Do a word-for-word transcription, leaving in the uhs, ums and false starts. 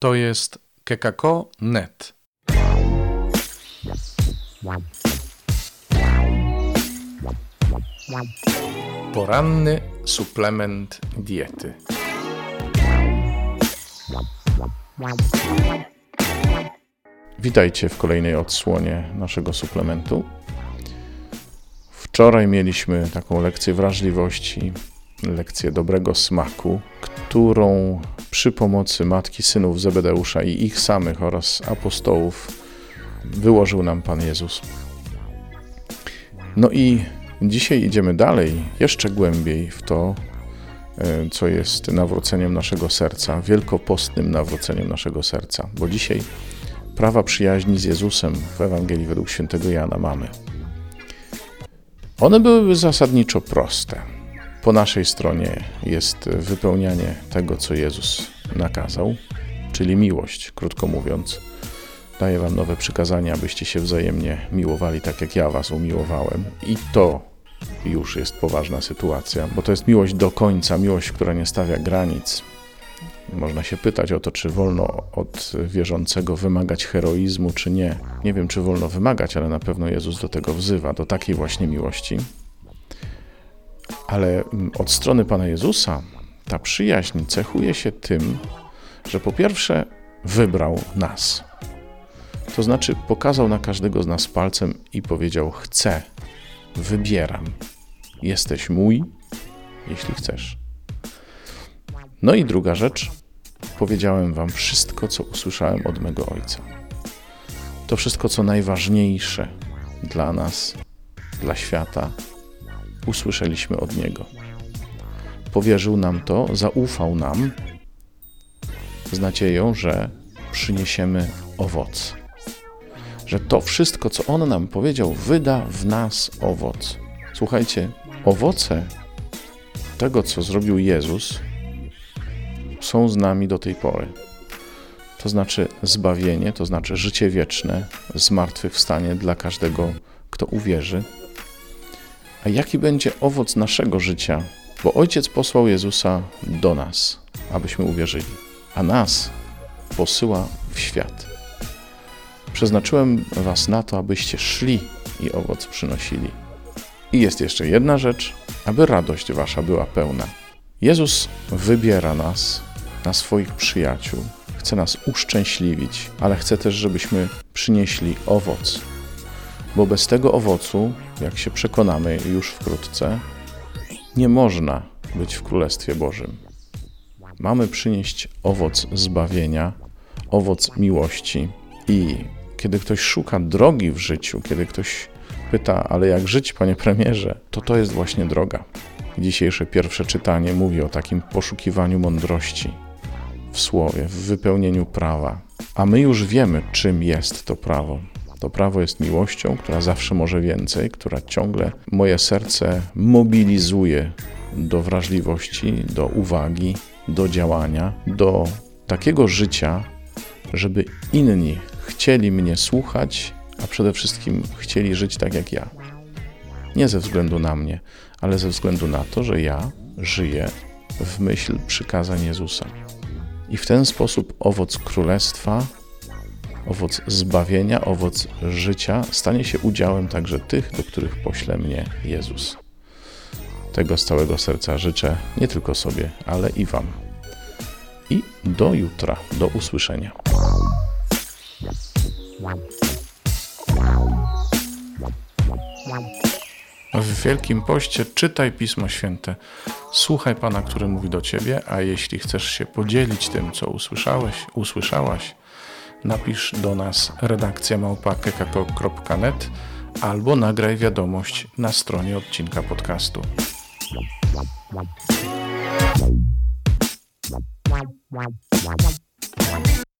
To jest kekako kropka net. Poranny suplement diety. Witajcie w kolejnej odsłonie naszego suplementu. Wczoraj mieliśmy taką lekcję wrażliwości, lekcję dobrego smaku, którą przy pomocy matki synów Zebedeusza i ich samych oraz apostołów wyłożył nam Pan Jezus. No i dzisiaj idziemy dalej, jeszcze głębiej w to, co jest nawróceniem naszego serca, wielkopostnym nawróceniem naszego serca, bo dzisiaj prawa przyjaźni z Jezusem w Ewangelii według świętego Jana mamy. One byłyby zasadniczo proste. Po naszej stronie jest wypełnianie tego, co Jezus nakazał, czyli miłość, krótko mówiąc. Daję wam nowe przykazania, abyście się wzajemnie miłowali tak, jak ja was umiłowałem. I to już jest poważna sytuacja, bo to jest miłość do końca, miłość, która nie stawia granic. Można się pytać o to, czy wolno od wierzącego wymagać heroizmu, czy nie. Nie wiem, czy wolno wymagać, ale na pewno Jezus do tego wzywa, do takiej właśnie miłości. Ale od strony Pana Jezusa ta przyjaźń cechuje się tym, że po pierwsze wybrał nas. To znaczy pokazał na każdego z nas palcem i powiedział: chcę, wybieram, jesteś mój, jeśli chcesz. No i druga rzecz, powiedziałem wam wszystko, co usłyszałem od mego Ojca. To wszystko, co najważniejsze dla nas, dla świata, usłyszeliśmy od Niego. Powierzył nam to, zaufał nam z nadzieją, że przyniesiemy owoc. Że to wszystko, co On nam powiedział, wyda w nas owoc. Słuchajcie, owoce tego, co zrobił Jezus, są z nami do tej pory. To znaczy zbawienie, to znaczy życie wieczne, zmartwychwstanie dla każdego, kto uwierzy. A jaki będzie owoc naszego życia? Bo Ojciec posłał Jezusa do nas, abyśmy uwierzyli, a nas posyła w świat. Przeznaczyłem was na to, abyście szli i owoc przynosili. I jest jeszcze jedna rzecz, aby radość wasza była pełna. Jezus wybiera nas na swoich przyjaciół, chce nas uszczęśliwić, ale chce też, żebyśmy przynieśli owoc. Bo bez tego owocu, jak się przekonamy już wkrótce, nie można być w Królestwie Bożym. Mamy przynieść owoc zbawienia, owoc miłości. I kiedy ktoś szuka drogi w życiu, kiedy ktoś pyta, ale jak żyć, panie premierze, to to jest właśnie droga. Dzisiejsze pierwsze czytanie mówi o takim poszukiwaniu mądrości w słowie, w wypełnieniu prawa. A my już wiemy, czym jest to prawo. To prawo jest miłością, która zawsze może więcej, która ciągle moje serce mobilizuje do wrażliwości, do uwagi, do działania, do takiego życia, żeby inni chcieli mnie słuchać, a przede wszystkim chcieli żyć tak jak ja. Nie ze względu na mnie, ale ze względu na to, że ja żyję w myśl przykazań Jezusa. I w ten sposób owoc królestwa, owoc zbawienia, owoc życia stanie się udziałem także tych, do których pośle mnie Jezus. Tego z całego serca życzę nie tylko sobie, ale i wam. I do jutra, do usłyszenia. W Wielkim Poście czytaj Pismo Święte, słuchaj Pana, który mówi do ciebie, a jeśli chcesz się podzielić tym, co usłyszałeś, usłyszałaś, napisz do nas redakcja małpa kekako kropka net albo nagraj wiadomość na stronie odcinka podcastu.